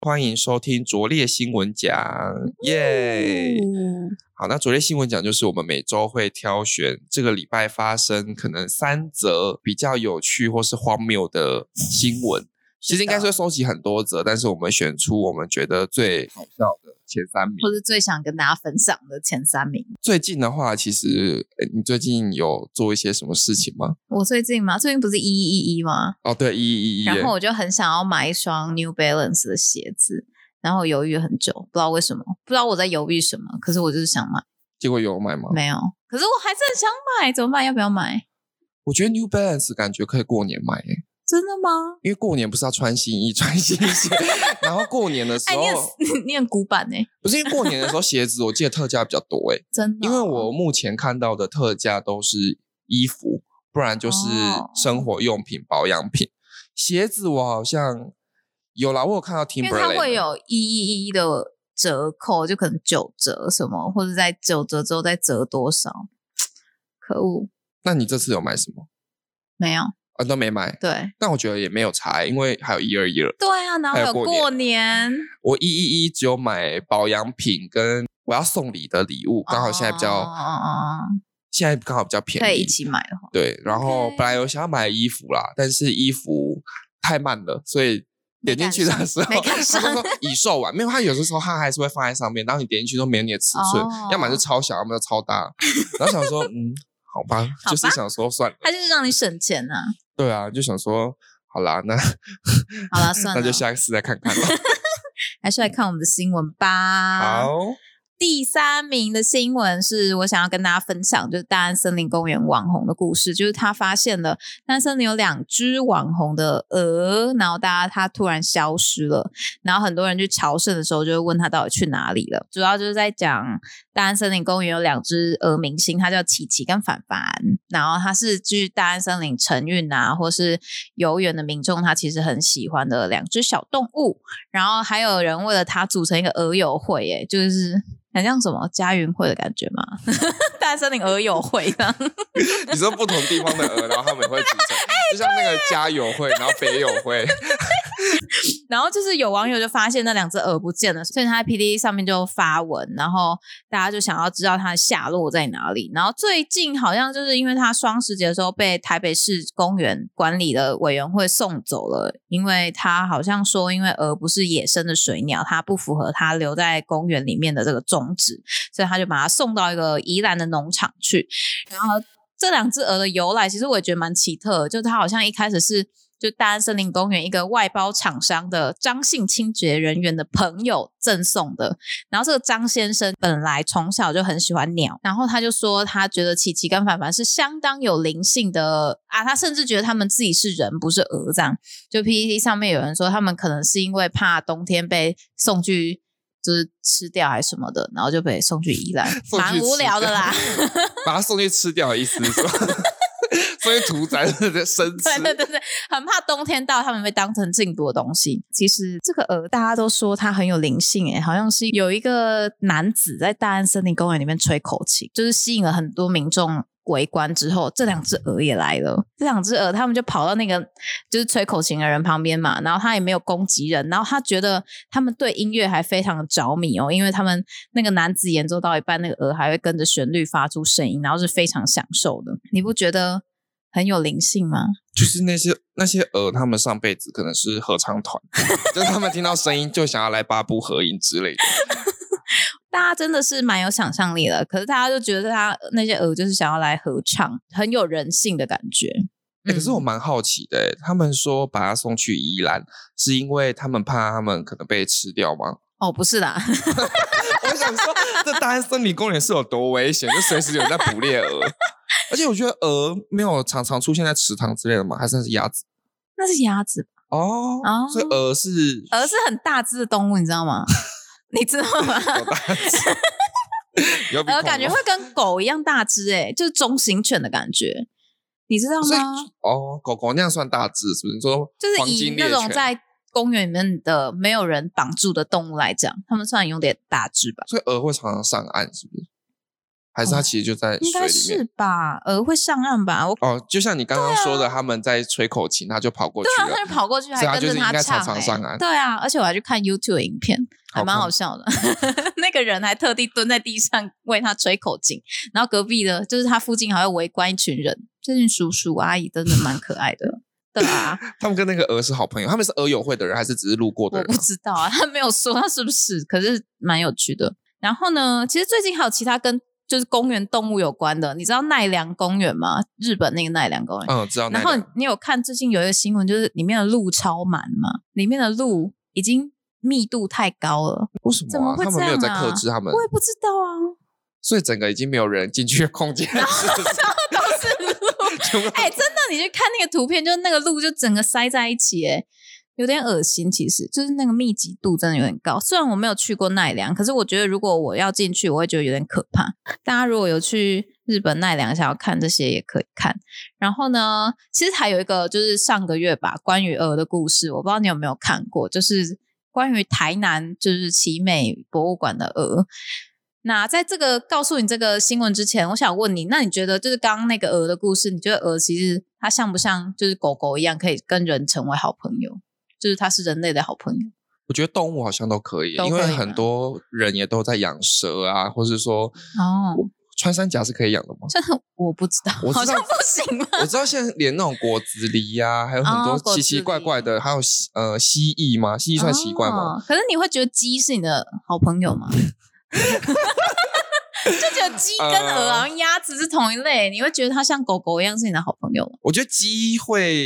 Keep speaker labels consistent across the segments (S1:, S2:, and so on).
S1: 欢迎收听拙劣新闻奖，耶！好，那拙劣新闻奖就是我们每周会挑选这个礼拜发生可能3则比较有趣或是荒谬的新闻。其实应该是会收集很多则，但是我们选出我们觉得最好笑的前3名，
S2: 或是最想跟大家分享的前3名。
S1: 最近的话，其实你最近有做一些什么事情吗？
S2: 我最近吗？最近不是1111吗？
S1: 哦，对，1111。
S2: 然后我就很想要买一双 New Balance 的鞋子，然后我犹豫了很久，不知道为什么，不知道我在犹豫什么，可是我就是想买。
S1: 结果有买吗？
S2: 没有，可是我还是很想买，怎么办？要不要买？
S1: 我觉得 New Balance 感觉可以过年买耶。
S2: 真的吗？
S1: 因为过年不是要穿新衣穿新鞋然后过年的时候
S2: 你很古板耶。
S1: 不是，因为过年的时候鞋子我记得特价比较多耶。
S2: 真的因
S1: 为我目前看到的特价都是衣服，不然就是生活用品、保养品。鞋子我好像有啦，我有看到 Timberland， 因为
S2: 它会有111的折扣，就可能9折什么，或者在9折之后再折多少。可恶。
S1: 那你这次有买什么？
S2: 没有。
S1: 都没买。
S2: 对，
S1: 但我觉得也没有差，因为还有121。
S2: 对啊，然后还有过年。
S1: 我111只有买保养品跟我要送礼的礼物，刚好现在比较现在刚好比较便宜，
S2: 可以一起买的话。
S1: 对，然后本来有想要买衣服啦，但是衣服太慢了，所以点进去的时候他说已售完。没有，他有的时候他还是会放在上面，然后你点进去都没有你的尺寸，要么是超小，要么是超大，然后想说好吧，就是想说算了，
S2: 他就是让你省钱啊。
S1: 对啊，就想说好啦，那
S2: 好啦，算了，
S1: 那就下一次再看看吧。
S2: 还是来看我们的新闻吧。
S1: 好，
S2: 第3名的新闻是我想要跟大家分享，就是大安森林公园网红的故事。就是他发现了大安森林有2只网红的鹅，然后他突然消失了，然后很多人去朝圣的时候就会问他到底去哪里了。主要就是在讲大安森林公园有2只鹅明星，它叫琪琪跟凡凡，然后它是据大安森林晨运啊或是游园的民众他其实很喜欢的2只小动物。然后还有人为了它组成一个鹅友会耶，就是很像什么家园会的感觉吗？大安森林鹅友会这样
S1: 你说不同地方的鹅，然后他们会组成就像那个家友会然后北友会
S2: 然后就是有网友就发现那2只鹅不见了，所以他在 PTT 上面就发文，然后大家就想要知道它的下落在哪里。然后最近好像就是因为他双十节的时候被台北市公园管理的委员会送走了，因为他好像说因为鹅不是野生的水鸟，它不符合它留在公园里面的这个宗旨，所以他就把它送到一个宜兰的农场去。然后这2只鹅的由来其实我也觉得蛮奇特的，就是它好像一开始是就大安森林公园一个外包厂商的张姓清洁人员的朋友赠送的。然后这个张先生本来从小就很喜欢鸟，然后他就说他觉得琪琪跟凡凡是相当有灵性的啊，他甚至觉得他们自己是人不是鹅这样。就 PTT 上面有人说他们可能是因为怕冬天被送去就是吃掉还是什么的，然后就被送去宜兰，蛮无聊的啦。
S1: 把它送去吃掉的意思是说所以屠宰的生吃。
S2: 对，很怕冬天到他们被当成禁毒的东西。其实这个鹅大家都说它很有灵性耶，好像是有一个男子在大安森林公园里面吹口琴，就是吸引了很多民众围观之后，这2只鹅也来了。这2只鹅他们就跑到那个就是吹口琴的人旁边嘛，然后他也没有攻击人，然后他觉得他们对音乐还非常的着迷哦，因为他们那个男子演奏到一半，那个鹅还会跟着旋律发出声音，然后是非常享受的。你不觉得很有灵性吗？
S1: 就是那些鹅他们上辈子可能是合唱团就是他们听到声音就想要来8部合音之类的
S2: 大家真的是蛮有想象力的，可是大家就觉得他那些鹅就是想要来合唱，很有人性的感觉。
S1: 可是我蛮好奇的他们说把它送去宜兰是因为他们怕他们可能被吃掉吗？
S2: 哦，不是啦
S1: 我想说这大安森林公园是有多危险，就随时有人在捕猎鹅而且我觉得鹅没有常常出现在池塘之类的吗？还是那是鸭子？
S2: 那是鸭子
S1: 哦，所以鹅是
S2: 很大只的动物，你知道吗？你知道吗？
S1: 有大只
S2: 鹅感觉会跟狗一样大只就是中型犬的感觉，你知道吗？
S1: 狗狗那样算大只是不是？你说
S2: 就是以那种在公园里面的没有人绑住的动物来讲，他们算有点大只吧。
S1: 所以鹅会常常上岸是不是？ 还是它其实就在水里面？
S2: 应该是吧，鹅会上岸吧？
S1: 就像你刚刚说的，他们在吹口琴，它就跑过去了。
S2: 对啊，他就跑过去，还跟着他唱、
S1: 常常上岸。
S2: 对啊，而且我还去看 YouTube 影片，还蛮好笑的。那个人还特地蹲在地上为他吹口琴，然后隔壁的就是他附近还会围观一群人，这群叔叔阿姨真的蛮可爱的。对啊，
S1: 他们跟那个鹅是好朋友，他们是鹅友会的人还是只是路过的人？
S2: 我不知道啊，他没有说他是不是，可是蛮有趣的。然后呢，其实最近还有其他跟就是公园动物有关的，你知道奈良公园吗？日本那个奈良公园，
S1: 知道奈良。
S2: 然后你有看最近有一个新闻，就是里面的鹿超满吗？里面的鹿已经密度太高了。
S1: 为什么、啊？
S2: 怎么会这样啊？
S1: 他们没有在克制他们？
S2: 我也不知道啊。
S1: 所以整个已经没有人进去的空间，
S2: 然后都是鹿。真的，你去看那个图片，就是那个鹿就整个塞在一起，有点恶心。其实就是那个密集度真的有点高。虽然我没有去过奈良，可是我觉得如果我要进去，我会觉得有点可怕。大家如果有去日本奈良想要看这些也可以看。然后呢，其实还有一个就是上个月吧，关于鹅的故事，我不知道你有没有看过，就是关于台南就是奇美博物馆的鹅。那在这个告诉你这个新闻之前，我想问你，那你觉得就是刚刚那个鹅的故事，你觉得鹅其实它像不像就是狗狗一样可以跟人成为好朋友，就是它是人类的好朋友？
S1: 我觉得动物好像都可以，因为很多人也都在养蛇啊，或是说穿山甲是可以养的吗？
S2: 这我不知道，好像不行吗？
S1: 我知道现在连那种果子狸啊，还有很多奇奇怪怪的，还有蜥蜴吗？蜥蜴算奇怪吗？
S2: 可是你会觉得鸡是你的好朋友吗？就觉得鸡跟鹅好像鸭子是同一类，你会觉得它像狗狗一样是你的好朋友吗？
S1: 我觉得机会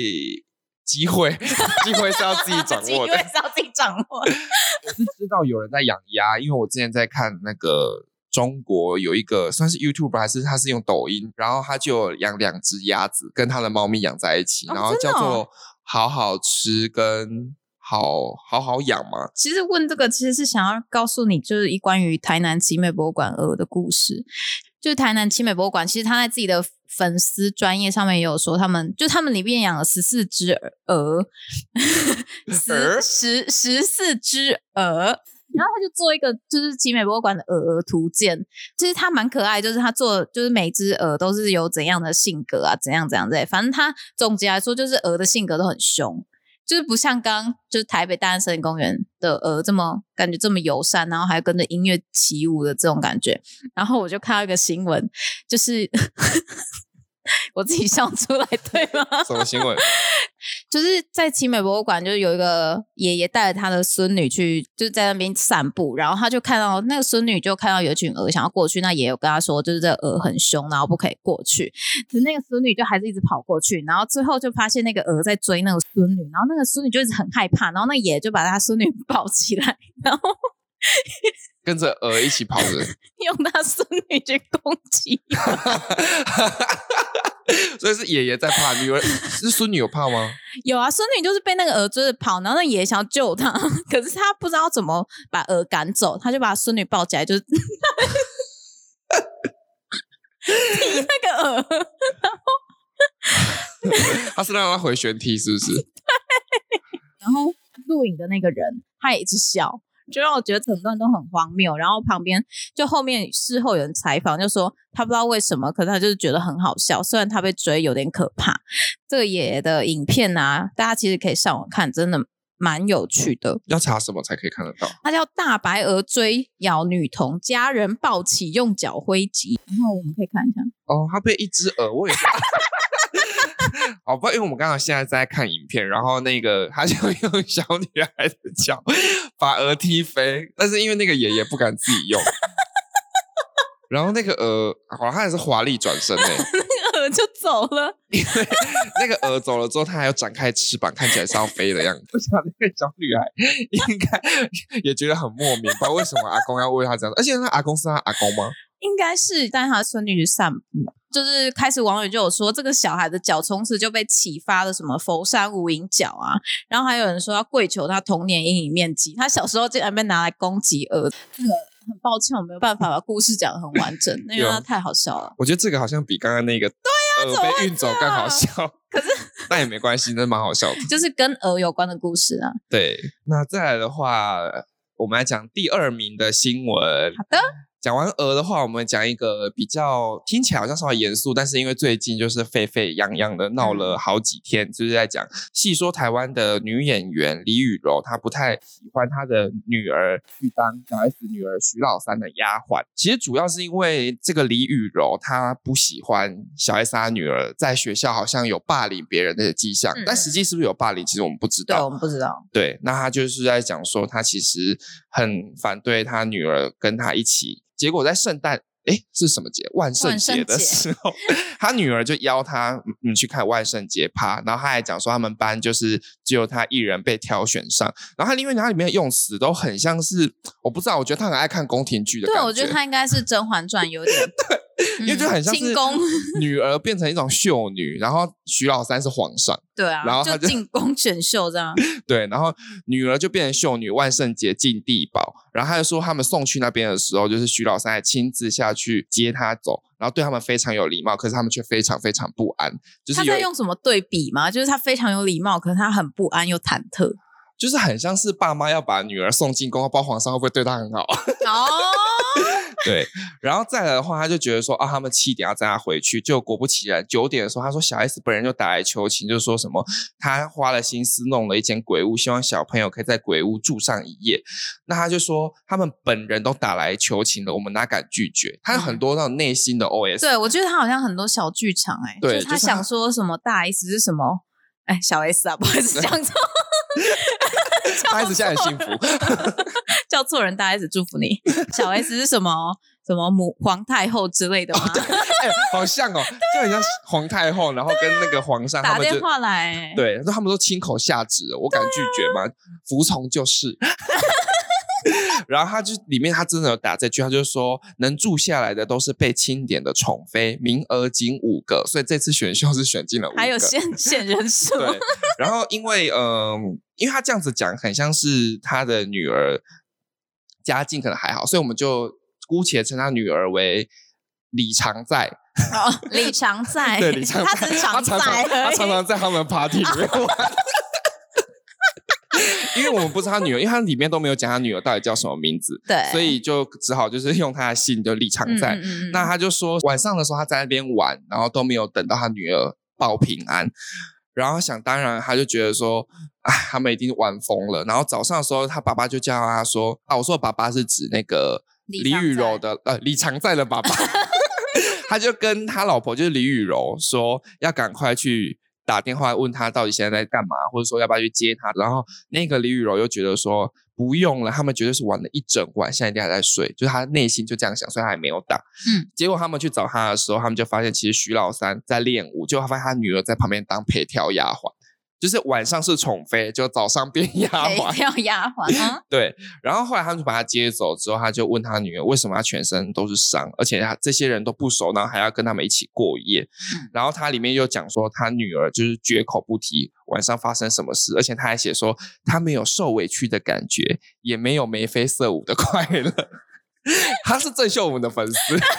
S1: 是要自己掌握的，
S2: 机会是要自己掌握。
S1: 我是知道有人在养鸭，因为我之前在看那个中国有一个算是 YouTuber 还是他是用抖音，然后他就养2只鸭子跟他的猫咪养在一起，然后叫做好好吃跟好养吗？
S2: 其实问这个其实是想要告诉你，就是关于台南奇美博物馆鹅的故事。就是台南奇美博物馆，其实他在自己的粉丝专页上面也有说，他们里面养了14只鹅，14只鹅。然后他就做一个就是奇美博物馆的鹅图鉴，其实他蛮可爱，就是他做就是每只鹅都是有怎样的性格啊，怎样之类，反正他总结来说就是鹅的性格都很凶。就是不像刚就是台北大安森林公园的鹅这么感觉这么友善，然后还跟着音乐起舞的这种感觉。然后我就看到一个新闻，就是我自己笑出来，对吗？
S1: 什么新闻？
S2: 就是在奇美博物馆，就是有一个爷爷带着他的孙女去，就是在那边散步，然后他就看到那个孙女就看到有一群鹅想要过去，那爷爷有跟他说，就是这个鹅很凶，然后不可以过去。可是那个孙女就还是一直跑过去，然后最后就发现那个鹅在追那个孙女，然后那个孙女就一直很害怕，然后那爷爷就把他孙女抱起来，然后
S1: 跟着鹅一起跑着，
S2: 用他孙女去攻击。
S1: 所以是爷爷在怕，是孙女有怕吗？
S2: 有啊，孙女就是被那个鹅追着跑，然后那爷爷想要救她，可是他不知道怎么把鹅赶走，他就把孙女抱起来，就是踢那个鹅，然后
S1: 他是让他回旋踢，是不是？对。
S2: 然后录影的那个人他也一直笑。就让我觉得整段都很荒谬，然后旁边就后面事后有人采访就说他不知道为什么，可是他就是觉得很好笑，虽然他被追有点可怕。这个爷爷的影片啊，大家其实可以上网看，真的蛮有趣的。
S1: 要查什么才可以看得到？
S2: 它叫大白鹅追咬女童，家人抱起用脚挥击。然后我们可以看一下
S1: 哦，他被一只鹅喂。好吧，因为我们刚好现在在看影片，然后那个他就用小女孩的脚把鹅踢飞，但是因为那个爷爷不敢自己用，然后那个鹅好像还是华丽转身那
S2: 个鹅就走了，
S1: 因为那个鹅走了之后，它还要展开翅膀，看起来是要飞的样子。我想那个小女孩应该也觉得很莫名，不知道为什么阿公要喂她这样，而且那阿公是他阿公吗？
S2: 应该是带他的孙女去散步，就是开始网友就有说这个小孩的脚从此就被启发了什么佛山无影脚啊，然后还有人说要跪求他童年阴影面积，他小时候竟然被拿来攻击鹅。这个很抱歉我没有办法把故事讲得很完整，因为它太好笑了。
S1: 我觉得这个好像比刚刚那个鹅被运走更好笑，可是但也没关系，那蛮好笑的，
S2: 就是跟鹅有关的故事啊。
S1: 对，那再来的话我们来讲第2名的新闻。
S2: 好的，
S1: 讲完鹅的话，我们讲一个比较听起来好像稍微严肃，但是因为最近就是沸沸扬扬的闹了好几天，就是在讲细说台湾的女演员李雨柔，她不太喜欢她的女儿去当小 S 女儿徐老三的丫鬟。其实主要是因为这个李雨柔她不喜欢小 S 她女儿在学校好像有霸凌别人的迹象，但实际是不是有霸凌，其实我们不知道。
S2: 对，我们不知道。
S1: 对，那她就是在讲说，她其实很反对她女儿跟她一起。结果在圣诞是什么节？万圣节的时候，他女儿就邀他去看万圣节趴，然后他还讲说他们班就是只有他一人被挑选上，然后因为他里面的用词都很像是，我不知道，我觉得他很爱看宫廷剧的感觉。
S2: 对，我觉得他应该是《甄嬛传》有点
S1: 对，因为就很像是女儿变成一种秀女，然后徐老三是皇上，
S2: 对啊，
S1: 然后他
S2: 就进宫选秀这样。
S1: 对，然后女儿就变成秀女，万圣节进地堡，然后他就说他们送去那边的时候，就是徐老三还亲自下去接他走，然后对他们非常有礼貌，可是他们却非常非常不安。就是
S2: 他在用什么对比吗？就是他非常有礼貌，可是他很不安又忐忑，
S1: 就是很像是爸妈要把女儿送进宫，不知道皇上会不会对她很好。
S2: 哦。
S1: 对，然后再来的话，他就觉得说他们7点要载他回去，就果不其然9点的时候，他说小 S 本人就打来求情，就说什么他花了心思弄了一间鬼屋，希望小朋友可以在鬼屋住上1夜。那他就说他们本人都打来求情了，我们哪敢拒绝？他有很多那种内心的 OS。
S2: 对，我觉得他好像很多小剧场
S1: 对，
S2: 就是他想说什么大 S 是什么？小 S 啊，不好意思讲错。
S1: 大 S 现在很幸福。
S2: 叫错人，大 S 祝福你。小 S 是什么皇太后之类的吗？
S1: 对，好像就很像皇太后，然后跟那个皇上
S2: 打电话来，
S1: 对，他们都亲口下旨了，我敢拒绝吗？服从就是。然后他就里面他真的有打这句，他就说能住下来的都是被钦点的宠妃，名额仅5个，所以这次选秀是选进了5个，
S2: 还有限人数。
S1: 对，然后因为他这样子讲，很像是他的女儿家境可能还好，所以我们就姑且称他女儿为李常在。
S2: 李常在，
S1: 对，李常在，
S2: 他只常在
S1: 他常常在他们 party 里面玩。因为我们不知道他女儿，因为他里面都没有讲他女儿到底叫什么名字，
S2: 对，
S1: 所以就只好就是用他的姓就李常在。那他就说晚上的时候他在那边玩，然后都没有等到他女儿报平安，然后想当然他就觉得说他们一定玩疯了。然后早上的时候他爸爸就叫他说我说的爸爸是指那个李雨柔的李常在的爸爸。他就跟他老婆就是李雨柔说要赶快去打电话问他到底现在在干嘛，或者说要不要去接他。然后那个李雨柔又觉得说不用了，他们绝对是玩了一整晚，现在一定还在睡，就是他内心就这样想，所以他还没有打。结果他们去找他的时候，他们就发现其实徐老三在练舞，结果他发现他女儿在旁边当陪跳丫鬟，就是晚上是宠妃，就早上变丫鬟，
S2: 陪跳丫鬟。
S1: 对，然后后来他们就把他接走之后，他就问他女儿为什么他全身都是伤，而且这些人都不熟，然后还要跟他们一起过夜。然后他里面又讲说他女儿就是绝口不提晚上发生什么事，而且他还写说他没有受委屈的感觉，也没有眉飞色舞的快乐。他是郑秀文的粉丝。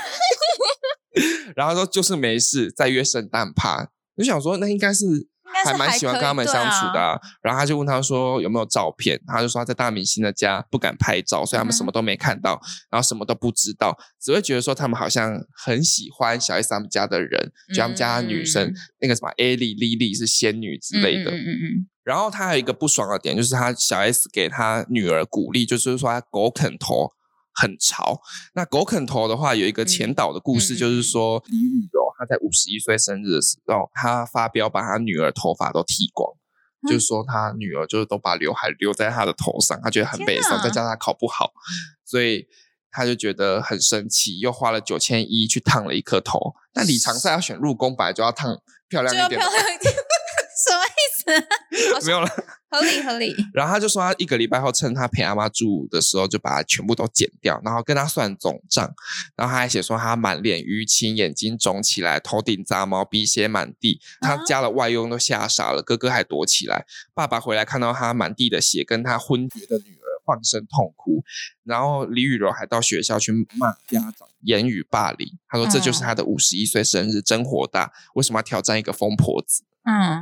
S1: 然后说就是没事，再约圣诞趴。我就想说那应该是还蛮喜欢跟他们相处的然后他就问他说有没有照片，他就说他在大明星的家不敢拍照，所以他们什么都没看到，然后什么都不知道，只会觉得说他们好像很喜欢小 S 他们家的人，就他们家的女生那个什么 Lily 是仙女之类的。然后他还有一个不爽的点，就是他小 S 给他女儿鼓励，就是说他狗啃头很潮。那狗啃头的话有一个前导的故事，就是说李雨柔他在51岁生日的时候，他发飙把他女儿头发都剃光，就是说他女儿就是都把刘海留在他的头上，他觉得很悲伤，再加上他考不好，所以他就觉得很生气，又花了9100去烫了一颗头。但李常在要选入宫本来就要烫漂亮一点，
S2: 什么意思？
S1: 没有了，
S2: 合理。
S1: 然后他就说他1个礼拜后趁他陪阿妈住的时候就把它全部都剪掉，然后跟他算总账。然后他还写说他满脸淤青，眼睛肿起来，头顶杂毛，鼻血满地，他家的外佣都吓傻了，哥哥还躲起来。爸爸回来看到他满地的血跟他昏厥的女儿，放声痛哭。然后李雨柔还到学校去骂家长，言语霸凌。他说这就是他的51岁生日，真火大，为什么要挑战一个疯婆子？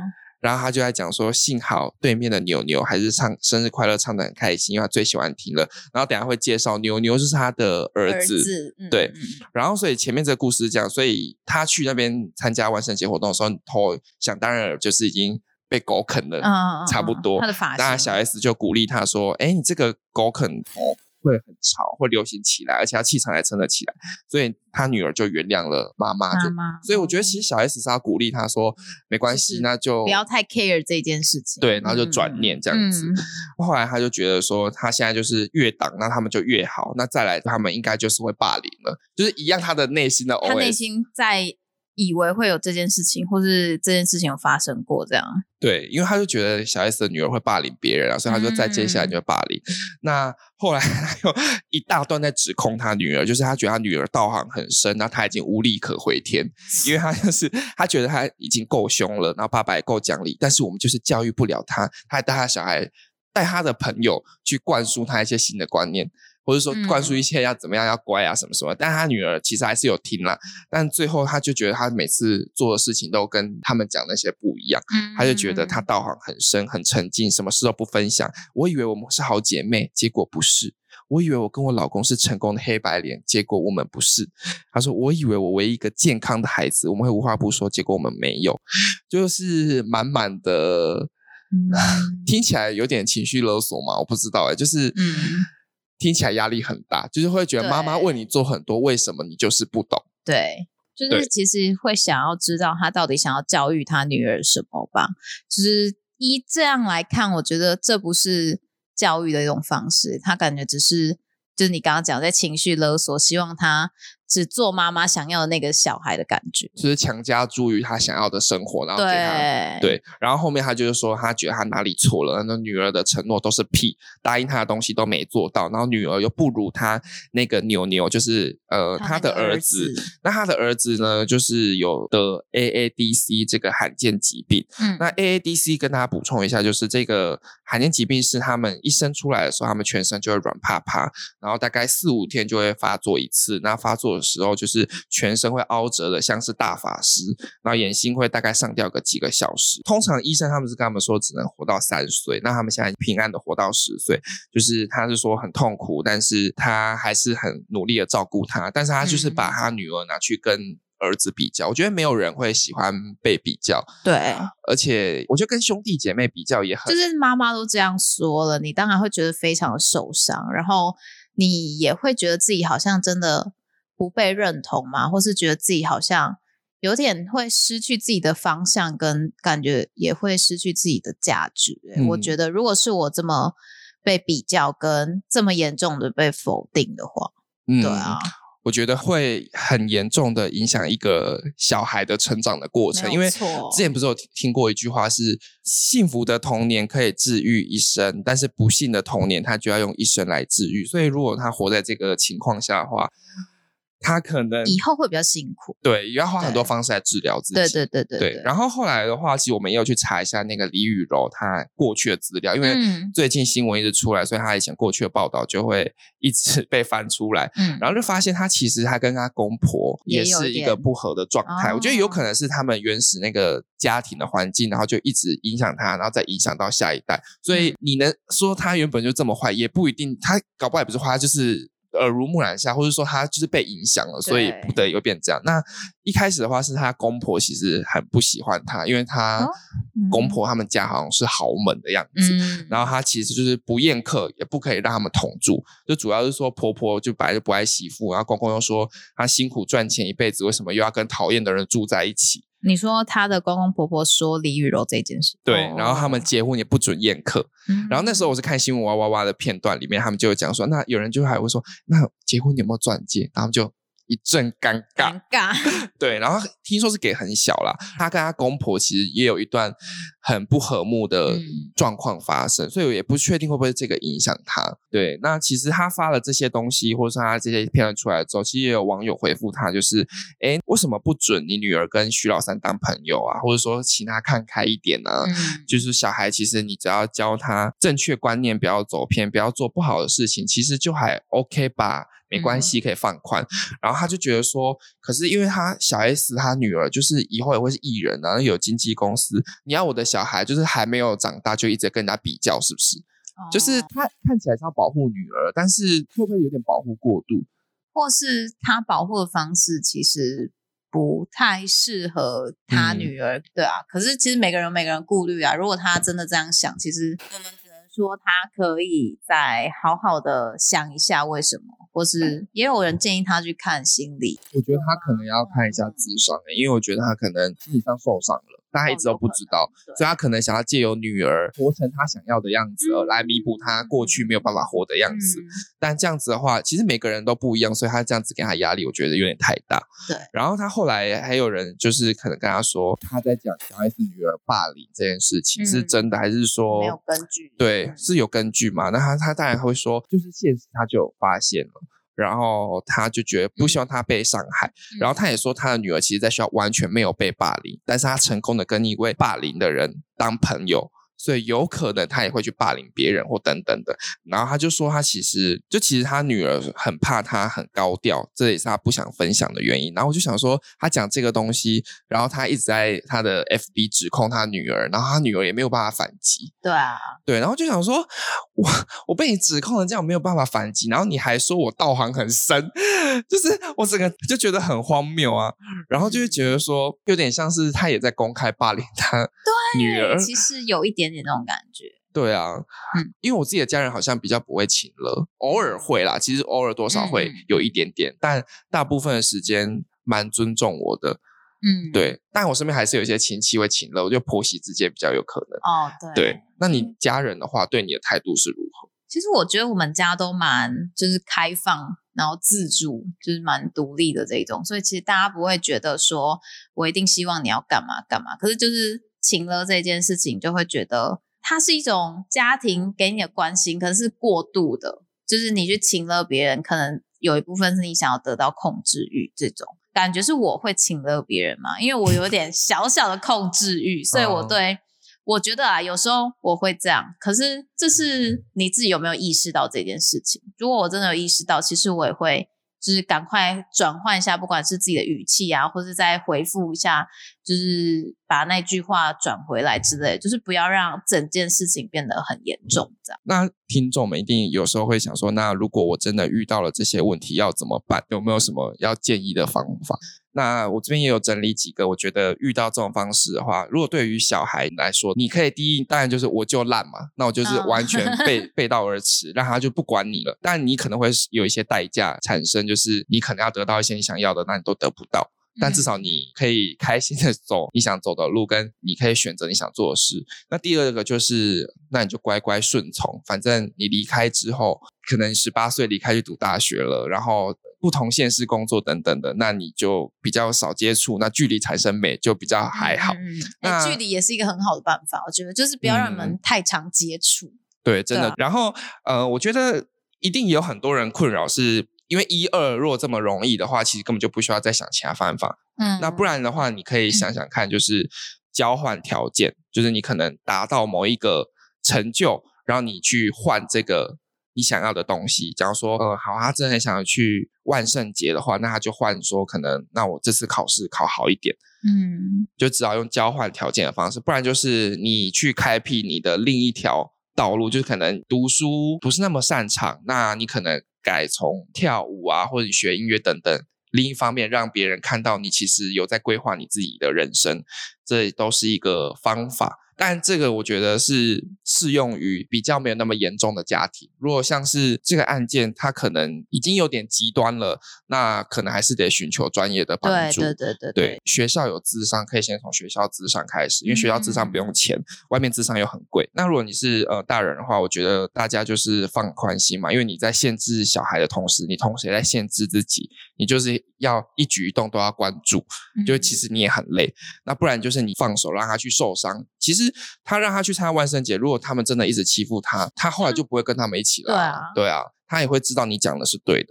S1: 然后他就在讲说幸好对面的牛牛还是唱生日快乐唱得很开心，因为他最喜欢听了，然后等一下会介绍牛牛就是他的儿子，对，然后所以前面这个故事是这样，所以他去那边参加万圣节活动的时候，头想当然就是已经被狗啃了，差不多，
S2: 他的发型，
S1: 那小 S 就鼓励他说你这个狗啃头会很潮，会流行起来，而且他气场还撑得起来，所以他女儿就原谅了妈妈。所以我觉得其实小 S 是要鼓励他说没关系，那就
S2: 不要太 care 这件事情，
S1: 对，然后就转念这样子。后来他就觉得说他现在就是越挡那他们就越好，那再来他们应该就是会霸凌了，就是一样他的内心的 OS，
S2: 他内心在以为会有这件事情，或是这件事情有发生过这样。
S1: 对，因为他就觉得小 S 的女儿会霸凌别人所以他就再接下来就会霸凌。那后来他有一大段在指控他女儿，就是他觉得他女儿道行很深，那他已经无力可回天，因为他就是他觉得他已经够凶了，然后爸爸也够讲理，但是我们就是教育不了他，他还带他小孩带他的朋友去灌输他一些新的观念，或者说灌输一些要怎么样要乖啊什么什么，但他女儿其实还是有听啦，但最后他就觉得他每次做的事情都跟他们讲那些不一样，他就觉得他道行很深很沉静，什么事都不分享，我以为我们是好姐妹，结果不是，我以为我跟我老公是成功的黑白脸，结果我们不是。他说我以为我唯一一个健康的孩子我们会无话不说，结果我们没有，就是满满的听起来有点情绪勒索嘛，我不知道就是听起来压力很大，就是会觉得妈妈为你做很多，为什么你就是不懂？
S2: 对，就是其实会想要知道他到底想要教育他女儿什么吧。就是依这样来看，我觉得这不是教育的一种方式，他感觉只是就是你刚刚讲在情绪勒索，希望他只做妈妈想要的那个小孩的感觉，
S1: 就是强加诸于他想要的生活，然后给他 对，然后后面他就是说他觉得他哪里错了，那女儿的承诺都是屁，答应他的东西都没做到，然后女儿又不如他那个牛牛，就是他的儿子，那他的儿子呢就是有的 AADC 这个罕见疾病，那 AADC 跟大家补充一下，就是这个罕见疾病是他们一生出来的时候他们全身就会软趴趴，然后大概4-5天就会发作一次，那发作的时候就是全身会凹折的像是大法师，然后眼睛会大概上吊个几个小时，通常医生他们是跟他们说只能活到3岁，那他们现在平安的活到10岁，就是他是说很痛苦，但是他还是很努力的照顾他，但是他就是把他女儿拿去跟儿子比较，我觉得没有人会喜欢被比较，
S2: 对，
S1: 而且我觉得跟兄弟姐妹比较也很，
S2: 就是妈妈都这样说了，你当然会觉得非常的受伤，然后你也会觉得自己好像真的不被认同嘛，或是觉得自己好像有点会失去自己的方向，跟感觉也会失去自己的价值我觉得如果是我这么被比较跟这么严重的被否定的话，对啊，
S1: 我觉得会很严重的影响一个小孩的成长的过程，因为之前不是有听过一句话是幸福的童年可以治愈一生，但是不幸的童年他就要用一生来治愈，所以如果他活在这个情况下的话，他可能
S2: 以后会比较辛苦，
S1: 对，也要花很多方式来治疗自己，对。然后后来的话，其实我们也有去查一下那个李雨柔她过去的资料，因为最近新闻一直出来，所以她以前过去的报道就会一直被翻出来，然后就发现她其实她跟她公婆也是一个不合的状态，我觉得有可能是他们原始那个家庭的环境，然后就一直影响她，然后再影响到下一代，所以你能说她原本就这么坏也不一定，她搞不好也不是坏，她就是耳濡目染下，或者说他就是被影响了，所以不得已变这样。那一开始的话是他公婆其实很不喜欢他，因为他公婆他们家好像是豪门的样子，然后他其实就是不宴客，也不可以让他们同住，就主要是说婆婆就本来就不爱媳妇，然后公公又说他辛苦赚钱一辈子，为什么又要跟讨厌的人住在一起。
S2: 你说她的公公婆婆说李雨柔这件事，
S1: 对，然后他们结婚也不准宴客，然后那时候我是看新闻哇哇哇的片段里面，他们就有讲说，那有人就还会说，那结婚有没有钻戒？然后就一阵尴尬对，然后听说是给很小啦，他跟他公婆其实也有一段很不和睦的状况发生，所以我也不确定会不会这个影响他。对，那其实他发了这些东西，或者是他这些片段出来之后，其实也有网友回复他，就是为什么不准你女儿跟徐老三当朋友啊，或者说请他看开一点啊，就是小孩其实你只要教他正确观念，不要走偏，不要做不好的事情，其实就还 OK 吧，没关系，可以放宽。然后他就觉得说，可是因为他小 S 他女儿就是以后也会是艺人啊，有经纪公司，你要我的小孩就是还没有长大就一直跟人家比较，是不是？就是他看起来是要保护女儿，但是会不会有点保护过度，
S2: 或是他保护的方式其实不太适合他女儿，对啊。可是其实每个人有每个人顾虑啊，如果他真的这样想，其实我们只能说他可以再好好的想一下为什么，或是也有人建议他去看心理。
S1: 我觉得他可能要看一下諮商，因为我觉得他可能心理上受伤了，但他一直都不知道，所以他可能想要借由女儿活成他想要的样子，来弥补他过去没有办法活的样子。但这样子的话，其实每个人都不一样，所以他这样子给他压力，我觉得有点太大。
S2: 对。
S1: 然后他后来还有人就是可能跟他说，他在讲小 S 女儿霸凌这件事情是真的，还是说
S2: 没有根据？
S1: 对，是有根据嘛？那他当然会说，就是现实他就有发现了。然后他就觉得不希望他被伤害，然后他也说他的女儿其实在学校完全没有被霸凌，但是他成功的跟一位霸凌的人当朋友，所以有可能他也会去霸凌别人或等等的。然后他就说他其实他女儿很怕他很高调，这也是他不想分享的原因。然后我就想说他讲这个东西，然后他一直在他的 FB 指控他女儿，然后他女儿也没有办法反击。
S2: 对啊，
S1: 对，然后就想说我被你指控了这样没有办法反击，然后你还说我道行很深，就是我整个就觉得很荒谬啊。然后就会觉得说有点像是他也在公开霸凌他女儿，
S2: 其实有一点点那种感觉。
S1: 对啊，因为我自己的家人好像比较不会情勒，偶尔会啦，其实偶尔多少会有一点点，但大部分的时间蛮尊重我的。对，但我身边还是有一些亲戚会情勒，我觉得婆媳之间比较有可能。对，那你家人的话对你的态度是如何？
S2: 其实我觉得我们家都蛮就是开放，然后自主，就是蛮独立的这种，所以其实大家不会觉得说我一定希望你要干嘛干嘛，可是就是情勒这件事情就会觉得它是一种家庭给你的关心，可是过度的，就是你去情勒别人，可能有一部分是你想要得到控制欲，这种感觉是我会情勒别人嘛，因为我有点小小的控制欲，所以我觉得有时候我会这样，可是这是你自己有没有意识到这件事情。如果我真的有意识到，其实我也会就是赶快转换一下，不管是自己的语气啊，或是再回复一下，就是把那句话转回来之类，就是不要让整件事情变得很严重这样。
S1: 那听众们一定有时候会想说，那如果我真的遇到了这些问题要怎么办？有没有什么要建议的方法？那我这边也有整理几个，我觉得遇到这种方式的话，如果对于小孩来说，你可以第一当然就是我就烂嘛，那我就是完全背道而驰，让他就不管你了。但你可能会有一些代价产生，就是你可能要得到一些你想要的，那你都得不到。但至少你可以开心的走你想走的路，跟你可以选择你想做的事。那第二个就是，那你就乖乖顺从，反正你离开之后，可能18岁离开去读大学了，然后不同县市工作等等的，那你就比较少接触，那距离产生美就比较还好。
S2: 距离也是一个很好的办法，我觉得就是不要让你们太常接触。
S1: 对，真的。然后我觉得一定有很多人困扰是因为1、2如果这么容易的话，其实根本就不需要再想其他方法。那不然的话，你可以想想看，就是交换条件，就是你可能达到某一个成就，然后你去换这个你想要的东西。假如说好，他真的很想要去万圣节的话，那他就换说可能那我这次考试考好一点。就只好用交换条件的方式，不然就是你去开辟你的另一条道路，就是可能读书不是那么擅长，那你可能改从跳舞啊，或者你学音乐等等，另一方面让别人看到你其实有在规划你自己的人生，这都是一个方法。但这个我觉得是适用于比较没有那么严重的家庭。如果像是这个案件它可能已经有点极端了，那可能还是得寻求专业的帮助。对，学校有諮商可以先从学校諮商开始，因为学校諮商不用钱，外面諮商又很贵。那如果你是大人的话，我觉得大家就是放宽心嘛，因为你在限制小孩的同时，你同时也在限制自己，你就是要一举一动都要关注，就其实你也很累。那不然就是你放手让他去受伤，其实他让他去参加万圣节，如果他们真的一直欺负他，他后来就不会跟他们一起了。对啊，他也会知道你讲的是对的。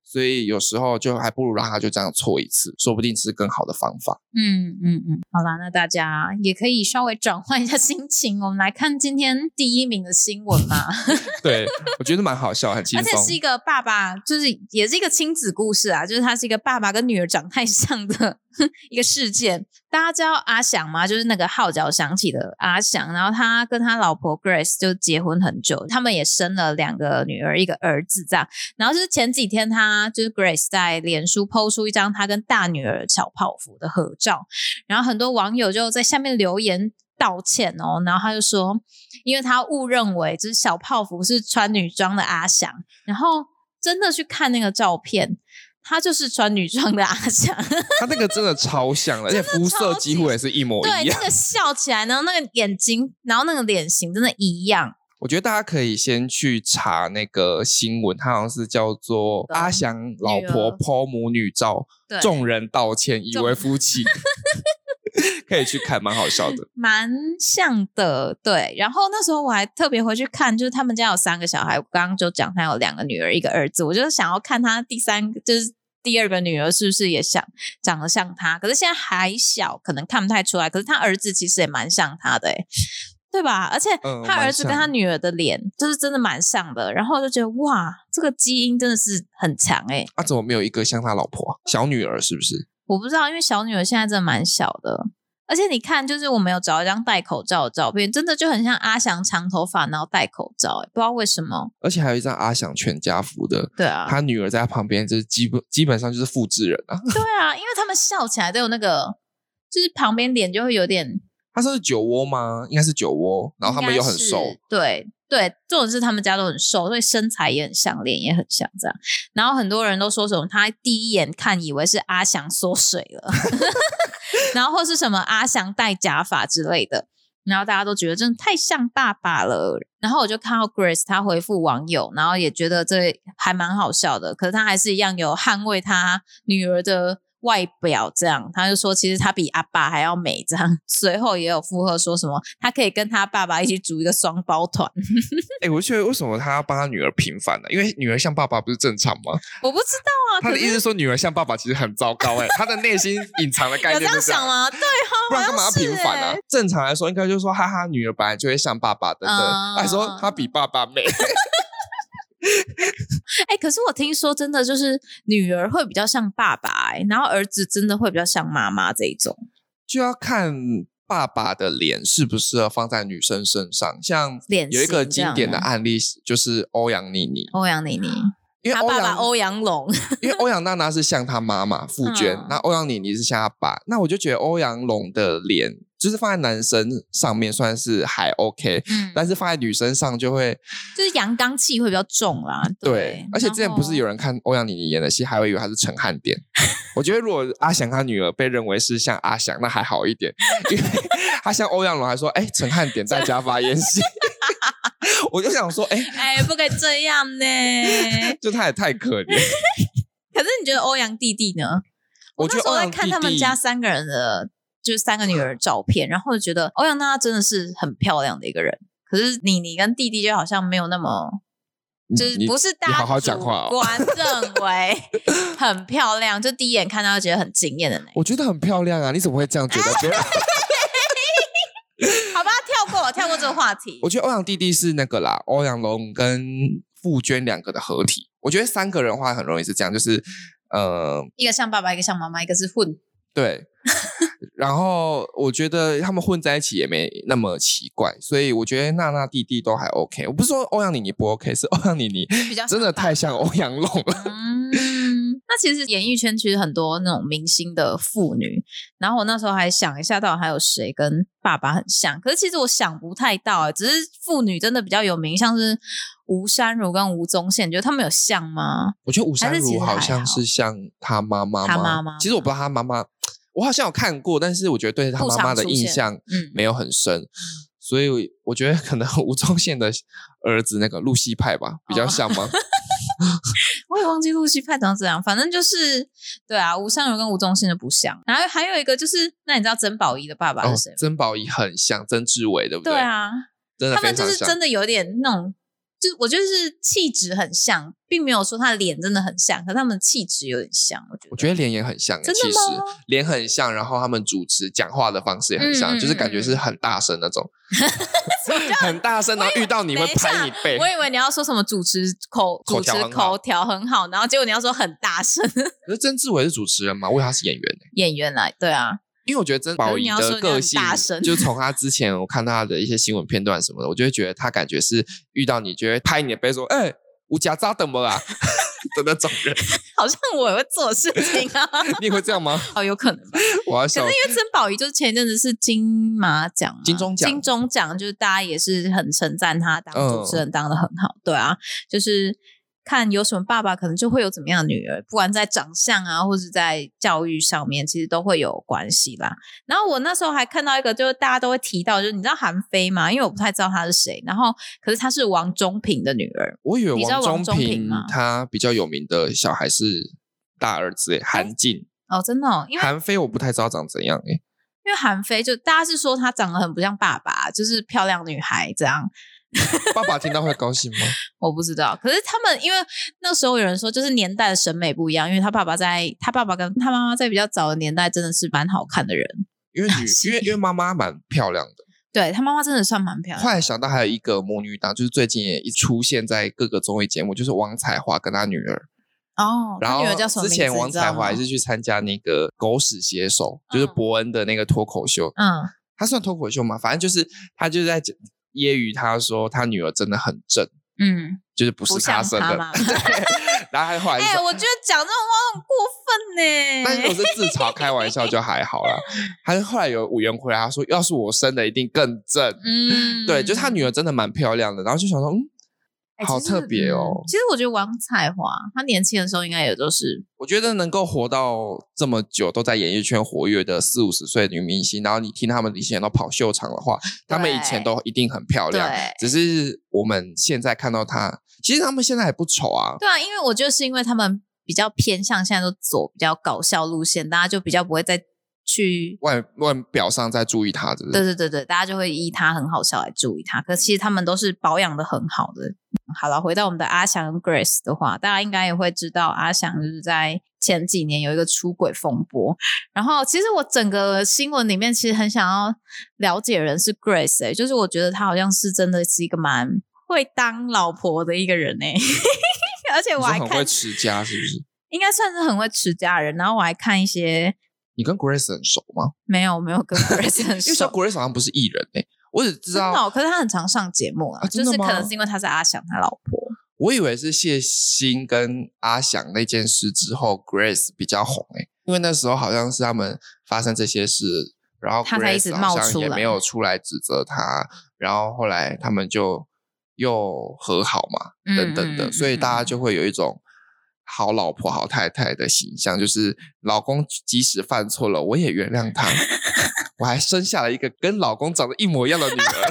S1: 所以有时候就还不如让他就这样错一次，说不定是更好的方法。
S2: 好啦，那大家也可以稍微转换一下心情，我们来看今天第1名的新闻嘛。
S1: 对，我觉得蛮好笑，很轻松，
S2: 而且是一个爸爸，就是也是一个亲子故事啊，就是他是一个爸爸跟女儿长太像的一个事件。大家知道阿翔吗？就是那个号角响起的阿翔，然后他跟他老婆 Grace 就结婚很久，他们也生了2个女儿1个儿子这样。然后就是前几天他就是 Grace 在脸书 po 出一张他跟大女儿小泡芙的合照，然后很多网友就在下面留言道歉哦，然后他就说因为他误认为就是小泡芙是穿女装的阿翔，然后真的去看那个照片，他就是穿女装的阿翔。
S1: 他那个真的超像的，而且肤色几乎也是一模一样。
S2: 对，那个笑起来呢，那个眼睛，然后那个脸型真的一样。
S1: 我觉得大家可以先去查那个新闻，它好像是叫做阿翔老婆 po 母女照，众人道歉以为夫妻。可以去看，蛮好笑的，
S2: 蛮像的。对，然后那时候我还特别回去看，就是他们家有3个小孩，我刚刚就讲他有2个女儿1个儿子，我就想要看他就是第2个女儿是不是也长得像他，可是现在还小，可能看不太出来，可是他儿子其实也蛮像他的对吧？而且他儿子跟他女儿的脸就是真的蛮像的，然后我就觉得哇，这个基因真的是很强
S1: 怎么没有一个像他老婆啊？小女儿是不是？
S2: 我不知道，因为小女儿现在真的蛮小的，而且你看，就是我们有找一张戴口罩的照片，真的就很像阿翔长头发然后戴口罩，不知道为什么。
S1: 而且还有一张阿翔全家福的，
S2: 对啊，
S1: 他女儿在他旁边，就是基本上就是复制人啊。
S2: 对啊，因为他们笑起来都有那个，就是旁边脸就会有点。
S1: 他是酒窝吗？应该是酒窝，然后他们又很瘦。
S2: 对，这种是他们家都很瘦，所以身材也很像，脸也很像这样。然后很多人都说什么，他第一眼看以为是阿翔缩水了，然后或是什么阿翔戴假发之类的，然后大家都觉得真的太像爸爸了。然后我就看到 Grace 他回复网友，然后也觉得这还蛮好笑的，可是他还是一样有捍卫他女儿的外表这样，他就说其实他比阿爸还要美这样。随后也有附和说什么他可以跟他爸爸一起组一个双胞团。
S1: 我觉得为什么他要帮他女儿平反呢？因为女儿像爸爸不是正常吗？
S2: 我不知道啊，
S1: 他的意思是说女儿像爸爸其实很糟糕他的内心隐藏的概念是
S2: 有这样想吗？对
S1: 不然干嘛要平反啊？正常来说应该就是说哈哈，女儿本来就会像爸爸等等，还说他比爸爸美。
S2: 可是我听说真的就是女儿会比较像爸爸然后儿子真的会比较像妈妈这一种，
S1: 就要看爸爸的脸适不适合放在女生身上。像有一个经典的案例就是欧阳妮妮，因为
S2: 他爸爸欧阳龙，
S1: 因为欧阳娜娜是像他妈妈傅娟，那欧阳妮妮是像他爸，那我就觉得欧阳龙的脸就是放在男生上面算是还 OK，但是放在女生上就是
S2: 阳刚气会比较重啦。
S1: 对，而且之前不是有人看欧阳妮妮演的戏还会以为他是陈汉典。我觉得如果阿翔他女儿被认为是像阿翔那还好一点，因为他像欧阳龙还说陈汉典在家发演戏。我就想说
S2: 不可以这样呢。
S1: 就他也太可怜。
S2: 可是你觉得欧阳弟弟呢？
S1: 我觉得
S2: 那时候在看他们家3个人的就是3个女儿的照片，然后就觉得欧阳娜娜真的是很漂亮的一个人，可是妮妮跟弟弟就好像没有那么，就是不是大家主观认为很漂亮，就第一眼看到就觉得很惊艳的那种。
S1: 我觉得很漂亮啊，你怎么会这样觉得？
S2: 好吧，跳过这个话题。
S1: 我觉得欧阳弟弟是那个啦，欧阳龙跟傅娟2个的合体。我觉得3个人的话很容易是这样，就是
S2: 一个像爸爸，一个像妈妈，一个是混。
S1: 对。然后我觉得他们混在一起也没那么奇怪，所以我觉得娜娜弟弟都还 OK。我不是说欧阳妮妮不 OK， 是欧阳妮妮真的太像欧阳龙了。
S2: 那其实演艺圈其实很多那种明星的父女，然后我那时候还想一下到底还有谁跟爸爸很像，可是其实我想不太到只是父女真的比较有名，像是吴珊如跟吴宗宪，你觉得他们有像吗？
S1: 我觉得吴珊如好像是像他妈妈其实我不知道他妈妈，我好像有看过，但是我觉得对他妈妈的印象没有很深，所以我觉得可能吴宗宪的儿子那个露西派吧比较像吗？
S2: 我也忘记露西派长怎样，反正就是对啊，吴珊如跟吴宗宪的不像。然后还有一个就是，那你知道曾宝仪的爸爸是谁吗？
S1: 曾宝仪很像曾志伟，对不对？
S2: 对啊，
S1: 真的非常像。
S2: 他们就是真的有点那种就我觉得是气质很像，并没有说他的脸真的很像，可是他们的气质有点像。我觉得脸
S1: 也很像，
S2: 真的吗？
S1: 其实脸很像，然后他们主持讲话的方式也很像，就是感觉是很大声那种，很大声，然后遇到你会拍你背。
S2: 我以为你要说什么主持口条很好，然后结果你要说很大声。
S1: 可是曾志伟是主持人吗？我以为他是演员
S2: 演员来，对啊。
S1: 因为我觉得曾宝仪的个性，就是从他之前我看他的一些新闻片段什么的，我就会觉得他感觉是遇到你就会拍你的背说有家渣等么啊的那种人。
S2: 好像我也会做事情啊。
S1: 你也会这样吗？
S2: 有可能吧。
S1: 我要笑。
S2: 可是因为曾宝仪就是前一阵子是金马奖、
S1: 金钟奖，
S2: 就是大家也是很称赞他当主持人当得很好。对啊，就是看有什么爸爸可能就会有怎么样的女儿，不管在长相啊或者在教育上面其实都会有关系啦。然后我那时候还看到一个就是大家都会提到，就是你知道韩非吗？因为我不太知道她是谁，然后可是她是王中平的女儿。
S1: 我以为王中平她比较有名的小孩是大儿子韩进。
S2: 真的因为
S1: 韩非我不太知道长怎样
S2: 因为韩非就大家是说她长得很不像爸爸，就是漂亮女孩这样。
S1: 爸爸听到会高兴吗？
S2: 我不知道，可是他们因为那时候有人说就是年代的审美不一样，因为他爸爸跟他妈妈在比较早的年代真的是蛮好看的人，因
S1: 为妈妈蛮漂亮的，
S2: 对，他妈妈真的算蛮漂亮的。
S1: 后来想到还有一个母女档，就是最近也一出现在各个综艺节目，就是王彩华跟他女儿。然后之前王彩华还是去参加那个狗屎写手，就是伯恩的那个脱口秀。他算脱口秀吗？反正就是他就在揶揄他说他女儿真的很正，就是不是他生的。然后他后来说
S2: 我觉得讲这种话很过分耶。
S1: 但是如果是自嘲开玩笑就还好啦。他后来有委员回来他说要是我生的一定更正。对，就是他女儿真的蛮漂亮的，然后就想说好特别哦。
S2: 其实我觉得王彩华她年轻的时候应该也都是，
S1: 我觉得能够活到这么久都在演艺圈活跃的40-50岁的女明星，然后你听他们以前都跑秀场的话，他们以前都一定很漂亮，只是我们现在看到她，其实他们现在还不丑啊。
S2: 对啊，因为我觉得是因为他们比较偏向现在都走比较搞笑路线，大家就比较不会再去
S1: 外表上再注意他，对不对？
S2: 对，大家就会依他很好笑来注意他，可是其实他们都是保养的很好的。好了，回到我们的阿翔跟 Grace 的话，大家应该也会知道阿翔就是在前几年有一个出轨风波，然后其实我整个新闻里面其实很想要了解的人是 Grace 就是我觉得他好像是真的是一个蛮会当老婆的一个人而且我还看
S1: 很会持家，是不是？
S2: 应该算是很会持家的人。然后我还看一些，
S1: 你跟 Grace 很熟吗？
S2: 没有跟 Grace 很熟。
S1: 因为说 Grace 好像不是艺人我只知道
S2: 真的可是他很常上节目就是可能是因为他是阿翔他老婆。
S1: 我以为是谢欣跟阿翔那件事之后 Grace 比较红因为那时候好像是他们发生这些事，然后 Grace 好像也没有出来指责他，然后后来他们就又和好嘛等等的，所以大家就会有一种好老婆好太太的形象，就是老公即使犯错了我也原谅他我还生下了一个跟老公长得一模一样的女儿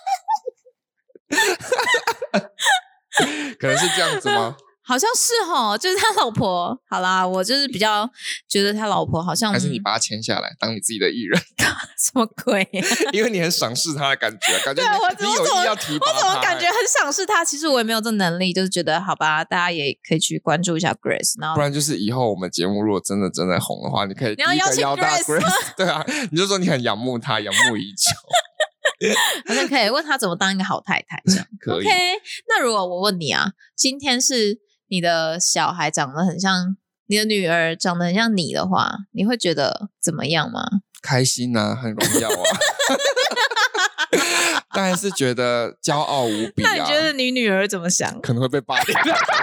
S1: 可能是这样子吗？
S2: 好像是就是他老婆。好啦，我就是比较觉得他老婆好像
S1: 还是你把他签下来当你自己的艺人
S2: 什么鬼
S1: 因为你很赏识他的感觉你有意要提拔他。
S2: 我怎么感觉很赏识他？其实我也没有这能力，就是觉得好吧，大家也可以去关注一下 Grace， 然后
S1: 不然就是以后我们节目如果真的红的话，你可以
S2: 你要邀请
S1: Grace 对啊，你就说你很仰慕他，仰慕已久
S2: 好像可以问他怎么当一个好太太这样
S1: 可以。
S2: OK， 那如果我问你今天是你的小孩长得很像，你的女儿长得很像你的话，你会觉得怎么样吗？
S1: 开心啊，很荣耀当然是觉得骄傲无比
S2: 那你觉得你女儿怎么想？
S1: 可能会被霸凌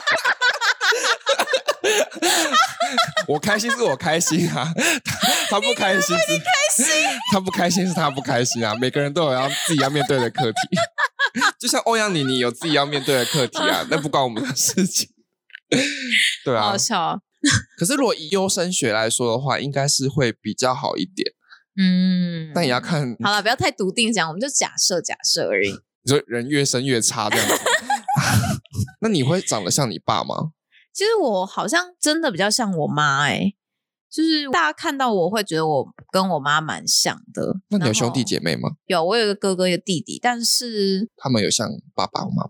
S1: 我开心是我开心他不开心是他不开心是他不开心每个人都有自己要面对的课题就像欧阳妮妮有自己要面对的课题那不关我们的事情对
S2: 好笑
S1: 可是如果以优生学来说的话，应该是会比较好一点但也要看。
S2: 好了，不要太笃定讲，我们就假设而已。
S1: 你说人越生越差这样子那你会长得像你爸吗？
S2: 其实我好像真的比较像我妈就是大家看到我会觉得我跟我妈蛮像的。
S1: 那你有兄弟姐妹吗？
S2: 有，我有一个哥哥一个弟弟，但是
S1: 他们有像爸爸或妈妈吗？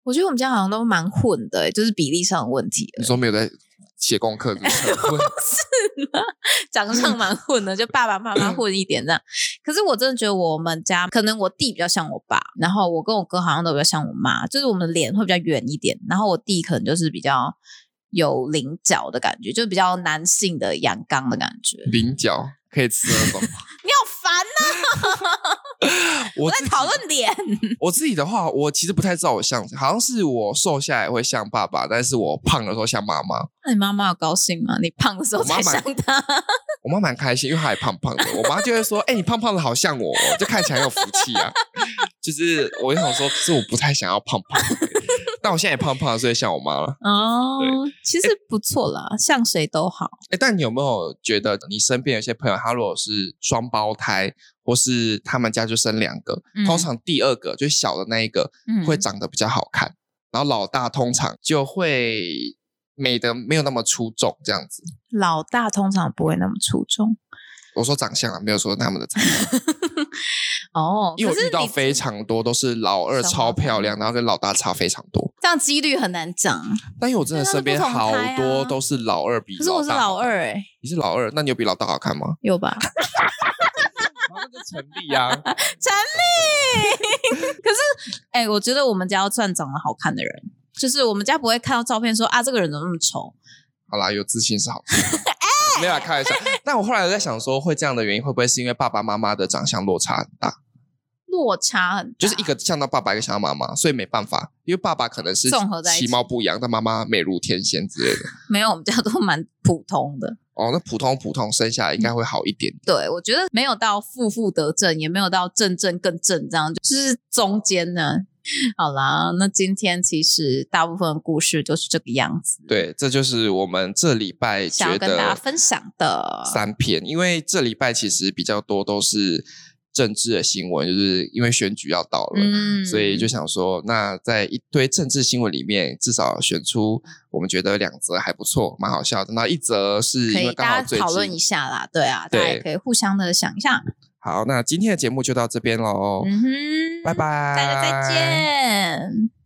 S2: 我觉得我们家好像都蛮混的，就是比例上的问题。
S1: 你说没有在写功课是不是？
S2: 是呢，长相蛮混的，就爸爸妈妈混一点这样。可是我真的觉得我们家可能我弟比较像我爸，然后我跟我哥好像都比较像我妈，就是我们的脸会比较圆一点，然后我弟可能就是比较有棱角的感觉，就比较男性的阳刚的感觉。
S1: 菱角可以吃那种。
S2: 你好烦啊！我在讨论脸。
S1: 我自己的话，我其实不太知道我像，好像是我瘦下来会像爸爸，但是我胖的时候像妈妈。
S2: 那你妈妈有高兴吗？你胖的时候才像她。
S1: 我妈蛮开心，因为她也胖胖的。我妈就会说：“你胖胖的好像我，就看起来很有福气啊。”就是我就想说，可是我不太想要胖胖的，但我现在也胖胖的，所以像我妈了。
S2: 哦，其实不错啦，像谁都好。
S1: 但你有没有觉得你身边有些朋友，他如果是双胞胎，或是他们家就生2个，通常第2个就小的那一个会长得比较好看，然后老大通常就会美的没有那么出众，这样子。
S2: 老大通常不会那么出众。
S1: 我说长相啊，没有说他们的长相。
S2: 哦，
S1: 因为我遇到非常多都是老二超漂亮，然后跟老大差非常多，
S2: 这样几率很难讲。
S1: 但因为我真的身边好多都是老二比老大。可
S2: 是我是老二
S1: 你是老二，那你有比老大好看吗？
S2: 有吧？
S1: 那就成立啊，
S2: 成立。可是，我觉得我们家算长得好看的人，就是我们家不会看到照片说啊，这个人怎么那么丑。
S1: 好啦，有自信是好事。没有开玩笑。但我后来在想说，会这样的原因会不会是因为爸爸妈妈的长相落差很大？
S2: 落差很大，
S1: 就是一个像到爸爸，一个像到妈妈，所以没办法，因为爸爸可能是其貌不扬，但妈妈美如天仙之类的。
S2: 没有，我们家都蛮普通的。
S1: 哦，那普通生下来应该会好一点。
S2: 对，我觉得没有到负得正，也没有到正更正，这样就是中间呢。好啦，那今天其实大部分的故事就是这个样子。
S1: 对，这就是我们这礼拜
S2: 想要跟大家分享的
S1: 3篇，因为这礼拜其实比较多都是政治的新闻，就是因为选举要到了，所以就想说，那在一堆政治新闻里面，至少选出我们觉得2则还不错，蛮好笑的。那1则是因为刚好最近
S2: 可以大家讨论一下啦，对啊，大家也可以互相的想一下。
S1: 好，那今天的节目就到这边咯。拜拜，
S2: 大家再见。